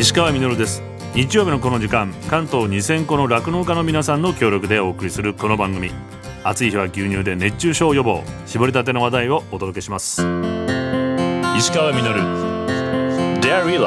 石川稔です。日曜日のこの時間、関東2000個の酪農家の皆さんの協力でお送りするこの番組、暑い日は牛乳で熱中症予防、絞りたての話題をお届けします。石川稔 Dairy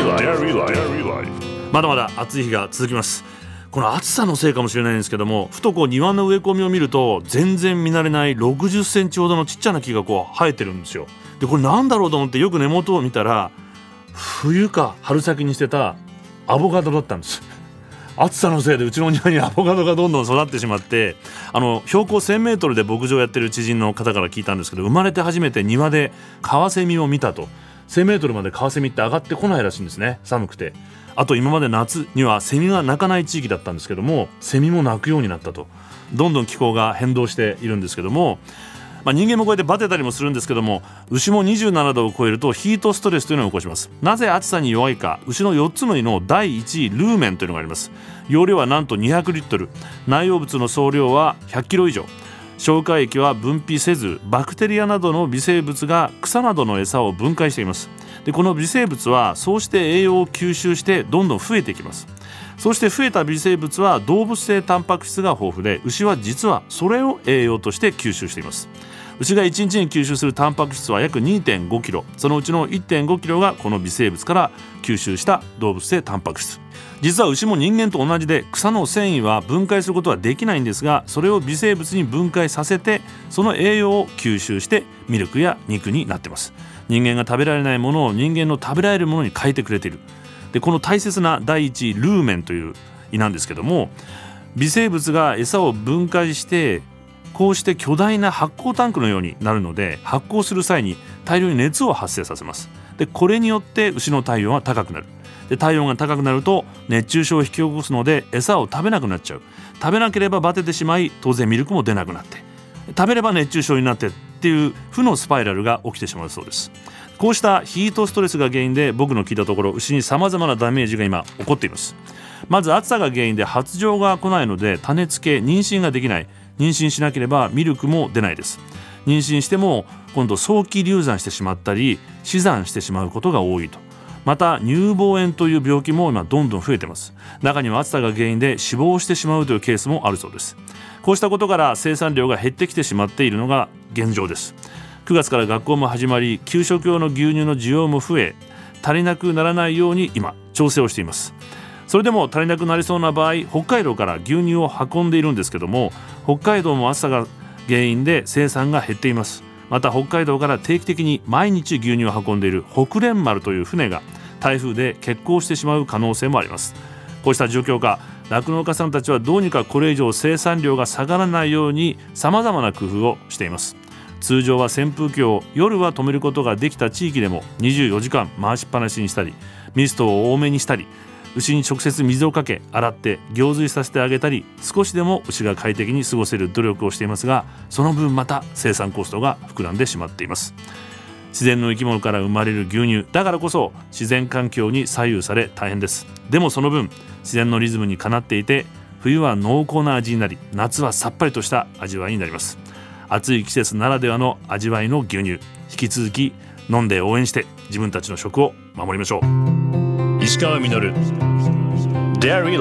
Life。 まだまだ暑い日が続きます。この暑さのせいかもしれないんですけども、ふと庭の植え込みを見ると全然見慣れない60センチほどのちっちゃな木が生えてるんですよ。でこれなんだろうと思ってよく根元を見たら、冬か春先にしてたアボカドだったんです。暑さのせいでうちの庭にアボカドがどんどん育ってしまって、標高1000メートルで牧場やってる知人の方から聞いたんですけど、生まれて初めて庭でカワセミを見たと。1000メートルまでカワセミって上がってこないらしいんですね、寒くて。あと今まで夏にはセミが鳴かない地域だったんですけども、セミも鳴くようになったと。どんどん気候が変動しているんですけども、人間もこうやってバテたりもするんですけども、牛も27度を超えるとヒートストレスというのを起こします。なぜ暑さに弱いか、牛の4つの胃の第1位ルーメンというのがあります。容量はなんと200リットル、内容物の総量は100キロ以上。消化液は分泌せず、バクテリアなどの微生物が草などの餌を分解しています。でこの微生物はそうして栄養を吸収してどんどん増えていきます。そして増えた微生物は動物性タンパク質が豊富で、牛は実はそれを栄養として吸収しています。牛が1日に吸収するタンパク質は約 2.5 キロ、そのうちの 1.5 キロがこの微生物から吸収した動物性タンパク質。実は牛も人間と同じで、草の繊維は分解することはできないんですが、それを微生物に分解させて、その栄養を吸収してミルクや肉になっています。人間が食べられないものを人間の食べられるものに変えてくれている。でこの大切な第一ルーメンという胃なんですけども、微生物が餌を分解してこうして巨大な発酵タンクのようになるので、発酵する際に大量に熱を発生させます。でこれによって牛の体温は高くなる。で体温が高くなると熱中症を引き起こすので、餌を食べなくなっちゃう。食べなければバテてしまい、当然ミルクも出なくなって、食べれば熱中症になってっていう負のスパイラルが起きてしまうそうです。こうしたヒートストレスが原因で、僕の聞いたところ牛に様々なダメージが今起こっています。まず暑さが原因で発情が来ないので、種付け妊娠ができない。妊娠しなければミルクも出ないです。妊娠しても今度早期流産してしまったり死産してしまうことが多いと。また乳房炎という病気も今どんどん増えています。中には暑さが原因で死亡してしまうというケースもあるそうです。こうしたことから生産量が減ってきてしまっているのが現状です。9月から学校も始まり、給食用の牛乳の需要も増え、足りなくならないように今調整をしています。それでも足りなくなりそうな場合、北海道から牛乳を運んでいるんですけども、北海道も暑さが原因で生産が減っています。また北海道から定期的に毎日牛乳を運んでいる北連丸という船が台風で欠航してしまう可能性もあります。こうした状況下、酪農家さんたちはどうにかこれ以上生産量が下がらないように様々な工夫をしています。通常は扇風機を夜は止めることができた地域でも24時間回しっぱなしにしたり、ミストを多めにしたり、牛に直接水をかけ洗って行水させてあげたり、少しでも牛が快適に過ごせる努力をしていますが、その分また生産コストが膨らんでしまっています。自然の生き物から生まれる牛乳だからこそ自然環境に左右され大変です。でもその分自然のリズムにかなっていて、冬は濃厚な味になり、夏はさっぱりとした味わいになります。暑い季節ならではの味わいの牛乳、引き続き飲んで応援して自分たちの食を守りましょう。石川稔 Dairy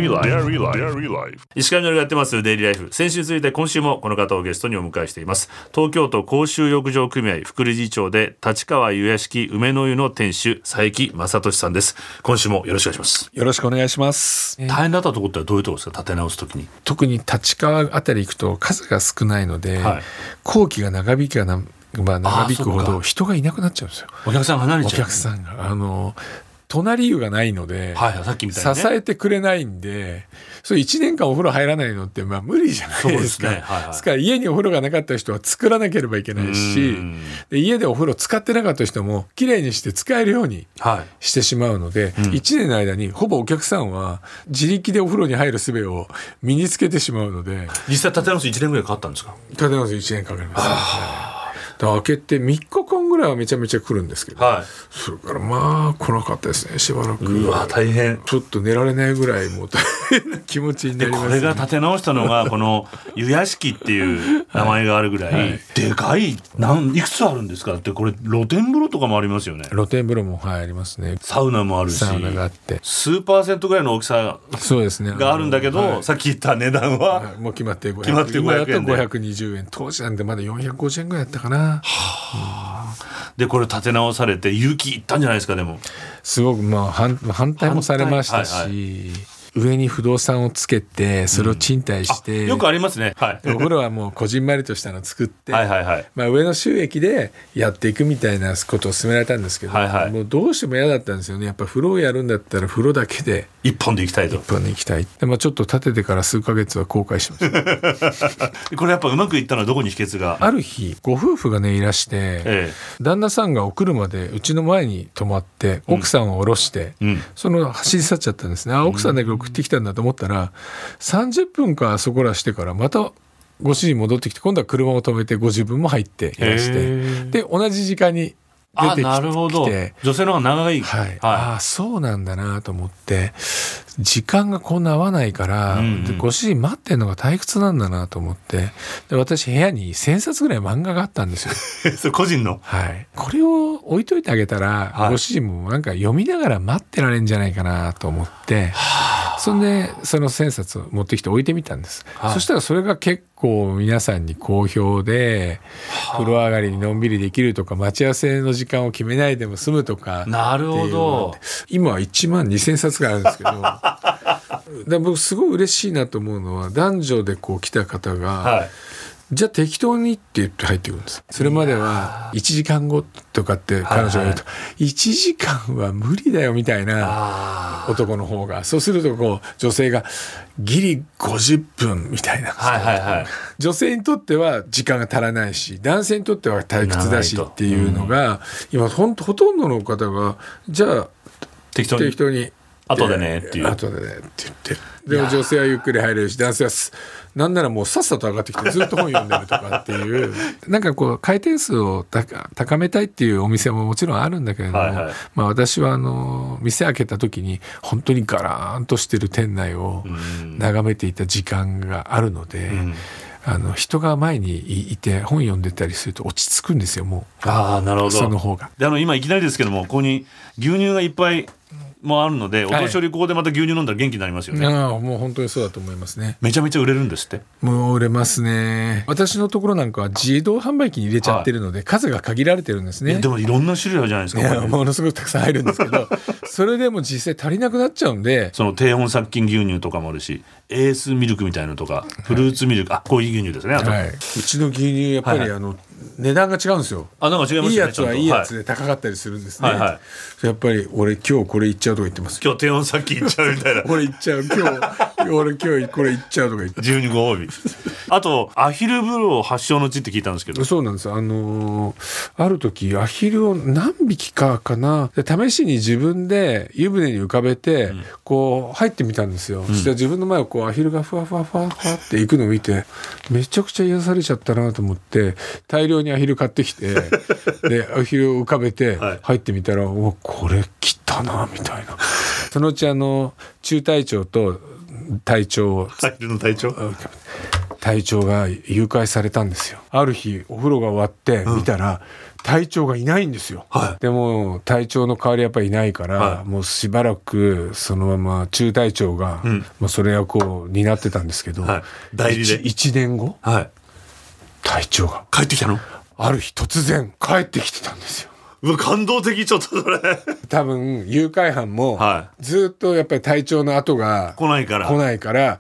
Life。 石川稔がやってますデイリーライフ。先週に続いて今週もこの方をゲストにお迎えしています。東京都公衆浴場組合副理事長で立川湯屋敷梅の湯の店主佐伯正俊さんです。今週もよろしくお願いします。 よろしくお願いします。 大変だったところってどういうところですか？立て直すときに。 特に立川あたり行くと数が少ないので、工期が長引くほど人がいなくなっちゃうんですよ。 お客さんが離れちゃう。 お客さんが隣湯がないので、 さっきみたいにね、 支えてくれないんで、それ1年間お風呂入らないのって無理じゃないですか。ですから家にお風呂がなかった人は作らなければいけないし、で家でお風呂使ってなかった人もきれいにして使えるようにしてしまうので、1年の間にほぼお客さんは自力でお風呂に入る術を身につけてしまうので。 実際立て直す1年ぐらいかかったんですか？ 立て直す1年かかります。 開けて3日間ぐらいはめちゃめちゃ来るんですけど、 はい、 それからまあ来なかったですね、しばらく。 うわ大変、 ちょっと寝られないぐらいもう大変な気持ちになります、ね、 これが立て直したのがこの湯屋敷っていう名前があるぐらい、はい、でかい、いくつあるんですかって、これ露天風呂とかもありますよね。 露天風呂も、はい、ありますね。 サウナもあるし、 サウナがあってスーパーセントぐらいの大きさそうですねがあるんだけど、はい、さっき言った値段は、 はい、もう決まって500円、 決まって500円で、 今だったら520円、当時なんでまだ450円ぐらいだったかな。 でこれ立て直されて勇気いったんじゃないですか。でもすごくまあ反対もされましたし、はいはい、上に不動産をつけてそれを賃貸して、 よくありますね、はい、 お風呂はもうこじんまりとしたのを作ってはいはい、はい、 まあ、上の収益でやっていくみたいなことを勧められたんですけど、はいはい、もうどうしても嫌だったんですよね。やっぱ風呂をやるんだったら風呂だけで一本で行きたいと。 一本で行きたいで、まあ、ちょっと建ててから数ヶ月は後悔しましたこれやっぱうまくいったのはどこに秘訣が。 ある日ご夫婦がねいらして、旦那さんがお車でうちの前に止まって奥さんを降ろして、その走り去っちゃったんですね。奥さんだけ送ってきたんだと思ったら、30分かそこらしてからまたご主人戻ってきて、今度は車を止めてご自分も入っていらして、で同じ時間に出てきて、 なるほど、女性の方が長い、 はいはい、ああそうなんだなと思って、時間がこんな合わないから、でご主人待ってんのが退屈なんだなと思って、で私部屋に1000冊ぐらい漫画があったんですよそれ個人の、 はい、これを置いといてあげたら、はい、ご主人もなんか読みながら待ってられるんじゃないかなと思って、そんでその1000冊を持ってきて置いてみたんです、はい、そしたらそれが結構皆さんに好評で、風呂上がりにのんびりできるとか、待ち合わせの時間を決めないでも済むとか。なるほど。今は1万2000冊があるんですけどで僕すごい嬉しいなと思うのは、男女でこう来た方が、はい、じゃあ適当にって言って入ってくるんです。それまでは1時間後とかって彼女が言うと、1時間は無理だよみたいな男の方が、そうするとこう女性がギリ50分みたいな、はいはいはい、女性にとっては時間が足らないし、男性にとっては退屈だしっていうのが、今ほとんどの方がじゃあ適当に後でねっていう、 後でねって言って、でも女性はゆっくり入れるし、男性はなんならもうさっさと上がってきてずっと本読んでるとかっていうなんかこう回転数を高めたいっていうお店ももちろんあるんだけれども、はいはい、まあ、私は店開けた時に本当にガラーンとしてる店内を眺めていた時間があるので、人が前にいて本読んでたりすると落ち着くんですよ。もうなるほど。 その方がで今いきなりですけども、ここに牛乳がいっぱいもあるので、お年寄りここでまた牛乳飲んだら元気になりますよね。 もう本当にそうだと思いますね。 めちゃめちゃ売れるんですって。 もう売れますね。私のところなんかは自動販売機に入れちゃってるので、数が限られてるんですね。 でもいろんな種類あるじゃないですか。 ものすごくたくさん入るんですけどそれでも実際足りなくなっちゃうんで、 その低温殺菌牛乳とかもあるし、エースミルクみたいなのとか、フルーツミルク、コーヒー牛乳ですね。あと、 うちの牛乳やっぱり値段が違うんですよ。 なんか違いますね。 いいやつはいいやつで高かったりするんですね。やっぱり俺今日これいっちゃうとか言ってます。 今日低温殺菌いっちゃうみたいな俺いっちゃう、俺今日これいっちゃうとか言って、 12ご褒美あとアヒル風呂発祥の地って聞いたんですけど。 そうなんです。ある時アヒルを何匹かなで試しに自分で湯船に浮かべて、こう入ってみたんですよ。そしたら自分の前をこうアヒルがふわふわふわふわって行くのを見て、めちゃくちゃ癒されちゃったなと思って大量にアヒル買ってきてでアヒルを浮かべて入ってみたら、これ切ったなみたいな。そのうち中隊長と隊長が誘拐されたんですよ。ある日お風呂が終わって見たら、隊長がいないんですよ。でも隊長の代わりやっぱりいないから、もうしばらくそのまま中隊長が、それ役を担ってたんですけど、 代理で 1年後、隊長が帰ってきたの。 ある日突然帰ってきてたんですよ。 感動的。ちょっとそれ多分誘拐犯もずっとやっぱり隊長の後が来ないから、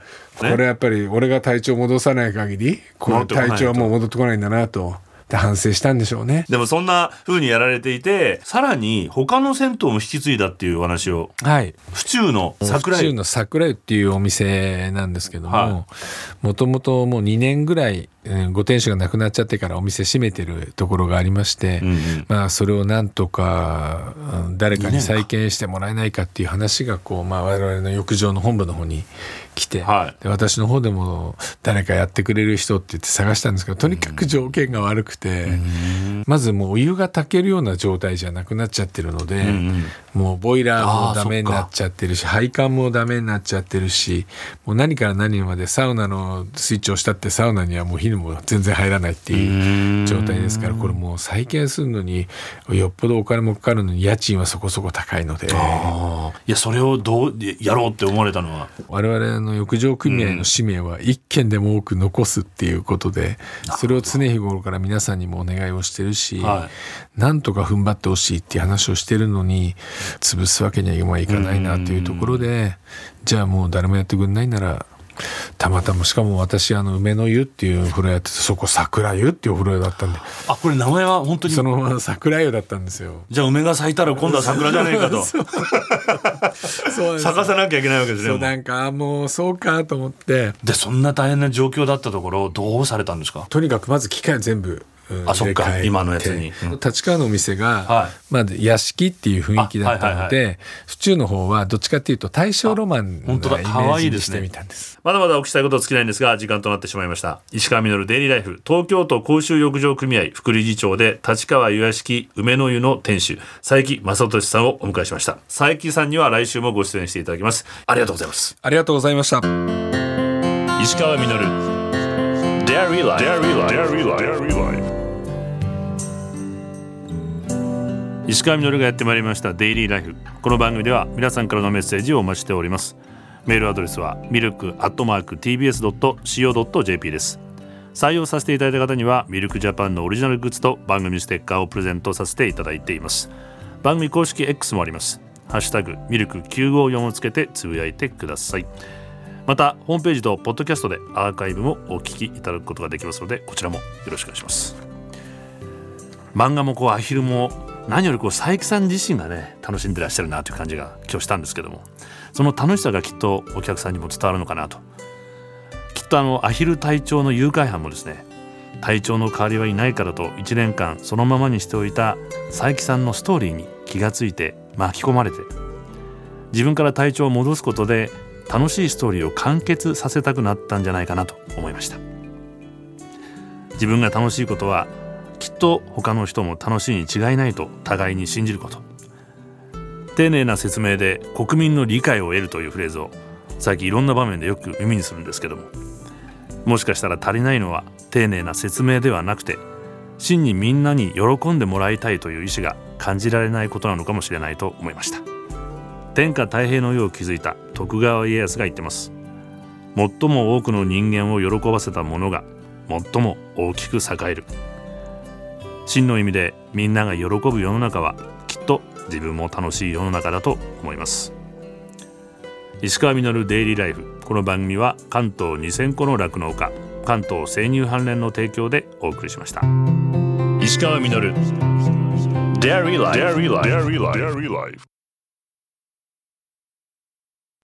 これやっぱり俺が隊長戻さない限りこの隊長はもう戻ってこないんだなと反省したんでしょうね。 でもそんな風にやられていて、さらに他の銭湯も引き継いだっていうお話を、府中の桜湯っていうお店なんですけども、もともともう2年ぐらいご店主が亡くなっちゃってからお店閉めてるところがありまして、それをなんとか誰かに再建してもらえないかっていう話が我々の浴場の本部の方に来て、で私の方でも誰かやってくれる人って言って探したんですけど、とにかく条件が悪くて、まずもうお湯が炊けるような状態じゃなくなっちゃってるので、もうボイラーもダメになっちゃってるし、配管もダメになっちゃってるし、もう何から何までサウナのスイッチをしたってサウナにはもう火も全然入らないっていう状態ですから、これもう再建するのによっぽどお金もかかるのに、家賃はそこそこ高いので。 いや、それをどうやろうって思われたのは、 我々の浴場組合の使命は一軒でも多く残すっていうことで、それを常日頃から皆さんにもお願いをしてるし、なんとか踏ん張ってほしいっていう話をしてるのに、潰すわけにはいかないなというところで、じゃあもう誰もやってくれないなら、たまたま、しかも私梅の湯っていうお風呂やってて、そこ桜湯っていうお風呂だったんで、 これ名前は本当にそのまま桜湯だったんですよ。 じゃあ梅が咲いたら今度は桜じゃねえかとそう咲かさなきゃいけないわけですね。 なんかもうそうかと思って。 でそんな大変な状況だったところ、どうされたんですか？ とにかくまず機械を全部そっか、今のやつに、 立川のお店が、まず屋敷っていう雰囲気だったので、府中の方はどっちかっていうと大正ロマンのイメージにしてみたんです。 まだまだお聞きしたいことは尽きないんですが、時間となってしまいました。石川稔デイリーライフ、東京都公衆浴場組合副理事長で立川湯屋敷梅の湯の店主、佐伯正俊さんをお迎えしました。佐伯さんには来週もご出演していただきます。ありがとうございます。 ありがとうございました。 石川稔デイリーライフ、石川稔がやってまいりましたデイリーライフ。この番組では皆さんからのメッセージをお待ちしております。メールアドレスはmilk@tbs.co.jp です。採用させていただいた方にはミルクジャパンのオリジナルグッズと番組ステッカーをプレゼントさせていただいています。番組公式 X もあります。ハッシュタグミルク954をつけてつぶやいてください。またホームページとポッドキャストでアーカイブもお聞きいただくことができますので、こちらもよろしくお願いします。漫画もアヒルも何より佐伯さん自身がね、楽しんでらっしゃるなという感じが今日したんですけども、その楽しさがきっとお客さんにも伝わるのかなと。きっとアヒル隊長の誘拐犯もですね、隊長の代わりはいないからと1年間そのままにしておいた佐伯さんのストーリーに気がついて巻き込まれて、自分から隊長を戻すことで楽しいストーリーを完結させたくなったんじゃないかなと思いました。自分が楽しいことはきっと他の人も楽しいに違いないと互いに信じること。丁寧な説明で国民の理解を得るというフレーズを最近いろんな場面でよく耳にするんですけども、もしかしたら足りないのは丁寧な説明ではなくて、真にみんなに喜んでもらいたいという意志が感じられないことなのかもしれないと思いました。天下太平の世を築いた徳川家康が言ってます。最も多くの人間を喜ばせた者が最も大きく栄える。真の意味でみんなが喜ぶ世の中はきっと自分も楽しい世の中だと思います。石川稔デイリーライフ、この番組は関東2000個の酪農家、関東生乳関連の提供でお送りしました。石川稔デイリーライフ。